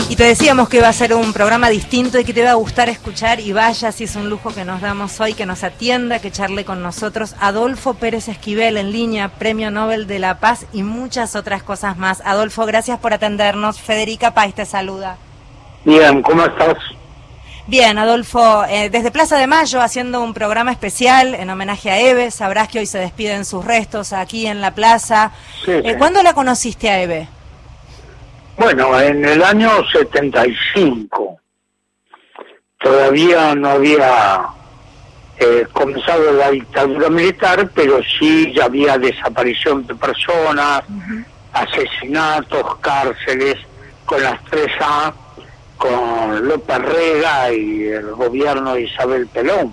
Y te decíamos que iba a ser un programa distinto y que te iba a gustar escuchar, y vaya si es un lujo que nos damos hoy, que nos atienda, que charle con nosotros Adolfo Pérez Esquivel en línea, Premio Nobel de la Paz y muchas otras cosas más. Adolfo, gracias por atendernos. Federica País te saluda. Bien, ¿cómo estás? Bien, Adolfo, desde Plaza de Mayo haciendo un programa especial en homenaje a Eve. Sabrás que hoy se despiden sus restos aquí en la plaza. Sí, sí. ¿Cuándo la conociste a Eve? Bueno, en el año 75. Todavía no había comenzado la dictadura militar, pero sí ya había desaparición de personas, asesinatos, cárceles, con las 3A, con López Rega y el gobierno de Isabel Perón.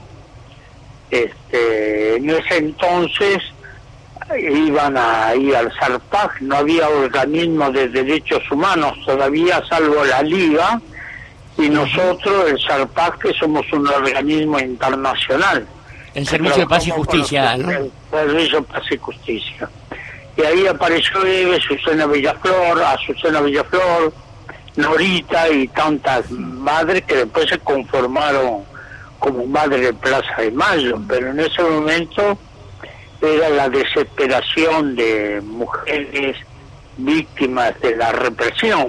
En ese entonces iban a ir al Sarpaj, no había organismo de derechos humanos todavía, salvo la Liga, y nosotros, el Sarpaj, que somos un organismo internacional. El Servicio de Paz y Justicia, ¿no? El Servicio de Paz y Justicia. Y ahí apareció Eve, Azucena Villaflor, Norita y tantas madres que después se conformaron como Madre de Plaza de Mayo, pero en ese momento era la desesperación de mujeres víctimas de la represión.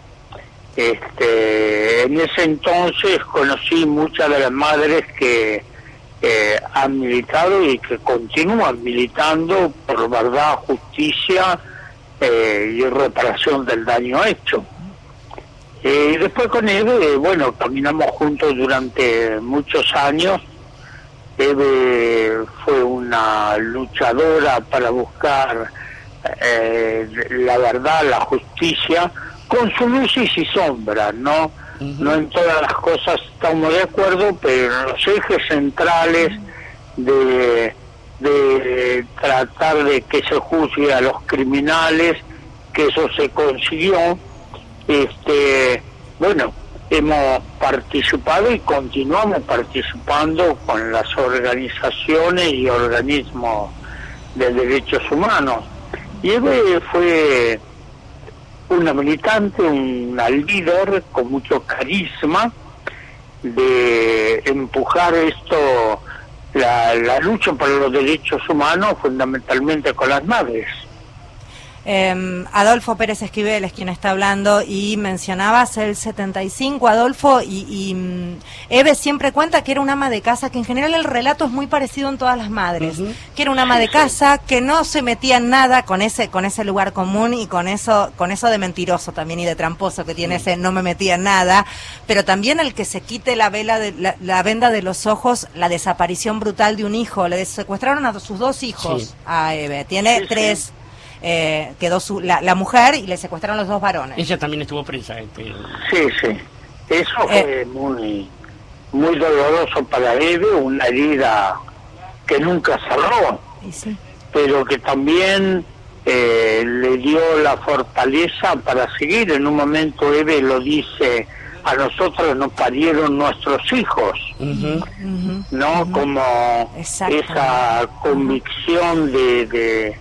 En ese entonces conocí muchas de las madres que han militado y que continúan militando por verdad, justicia y reparación del daño hecho. Y después con Eve, bueno, caminamos juntos durante muchos años. Eve fue una luchadora para buscar la verdad, la justicia, con sus luces y sombras, ¿no? No en todas las cosas estamos de acuerdo, pero en los ejes centrales de tratar de que se juzgue a los criminales, que eso se consiguió. Bueno, hemos participado y continuamos participando con las organizaciones y organismos de derechos humanos. Y Eve fue una militante, una líder con mucho carisma de empujar la lucha por los derechos humanos, fundamentalmente con las madres. Adolfo Pérez Esquivel es quien está hablando, y mencionabas el 75, Adolfo, y Eve siempre cuenta que era una ama de casa, que en general el relato es muy parecido en todas las madres, que era una ama de casa, que no se metía en nada con ese lugar común y con eso de mentiroso también y de tramposo que tiene ese no me metía en nada, pero también el que se quite la venda de los ojos, la desaparición brutal de un hijo. Le secuestraron a sus 2 hijos a Eve, tiene 3. Quedó la mujer y le secuestraron los 2 varones. Ella también estuvo presa. Sí. Eso fue muy doloroso para Eve, una herida que nunca cerró, pero que también le dio la fortaleza para seguir. En un momento Eve lo dice: a nosotros nos parieron nuestros hijos, ¿no? Como esa convicción de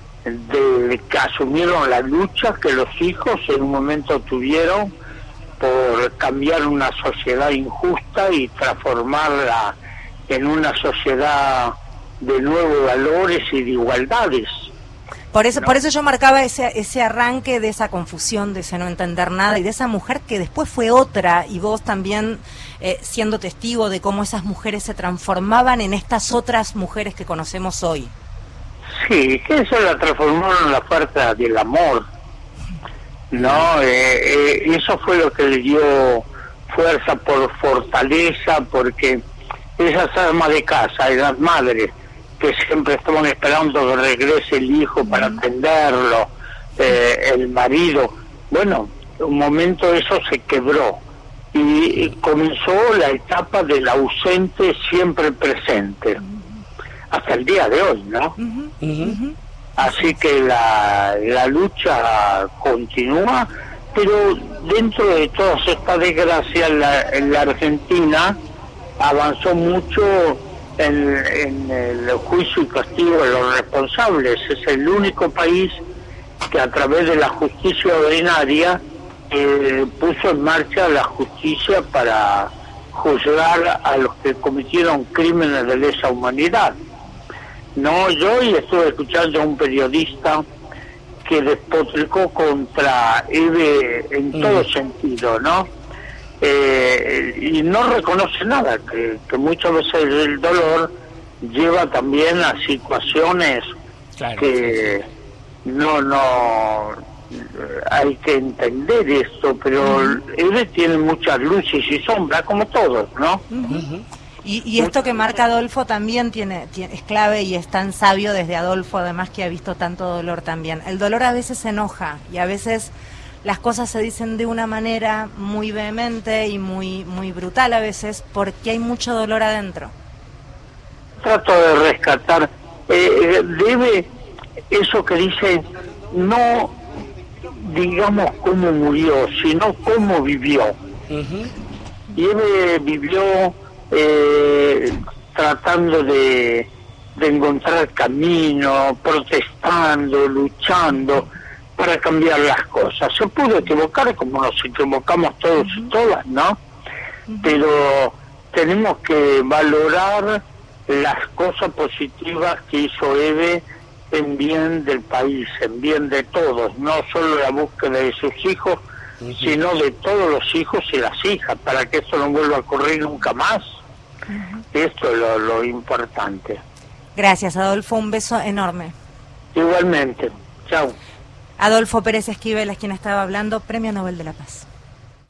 que asumieron la lucha que los hijos en un momento tuvieron por cambiar una sociedad injusta y transformarla en una sociedad de nuevos valores y de igualdades. Por eso yo marcaba ese arranque de esa confusión, de ese no entender nada, y de esa mujer que después fue otra, y vos también siendo testigo de cómo esas mujeres se transformaban en estas otras mujeres que conocemos hoy. Sí, que eso la transformaron en la fuerza del amor, ¿no? Eso fue lo que le dio fuerza por fortaleza, porque esas amas de casa, esas madres que siempre estaban esperando que regrese el hijo para atenderlo, el marido, bueno, un momento eso se quebró y comenzó la etapa del ausente siempre presente. Hasta el día de hoy, ¿no? Así que la lucha continúa, pero dentro de todas estas desgracias, la Argentina avanzó mucho en el juicio y castigo de los responsables. Es el único país que a través de la justicia ordinaria puso en marcha la justicia para juzgar a los que cometieron crímenes de lesa humanidad. No, yo hoy estuve escuchando a un periodista que despotricó contra Eve en todo sentido, ¿no? Y no reconoce nada, que muchas veces el dolor lleva también a situaciones que no hay que entender esto, pero Eve tiene muchas luces y sombras como todos, ¿no? Y esto que marca Adolfo también es clave y es tan sabio desde Adolfo, además que ha visto tanto dolor también. El dolor a veces enoja y a veces las cosas se dicen de una manera muy vehemente y muy brutal a veces porque hay mucho dolor adentro. Trato de rescatar, debe eso que dice, no digamos cómo murió, sino cómo vivió. Y Eve vivió tratando de encontrar camino, protestando, luchando para cambiar las cosas. Se pudo equivocar como nos equivocamos todos y todas, ¿no? Pero tenemos que valorar las cosas positivas que hizo Eve en bien del país, en bien de todos, no solo la búsqueda de sus hijos, sino de todos los hijos y las hijas, para que esto no vuelva a ocurrir nunca más. Esto es lo importante. Gracias, Adolfo, un beso enorme. Igualmente, chao. Adolfo Pérez Esquivel es quien estaba hablando, Premio Nobel de la Paz.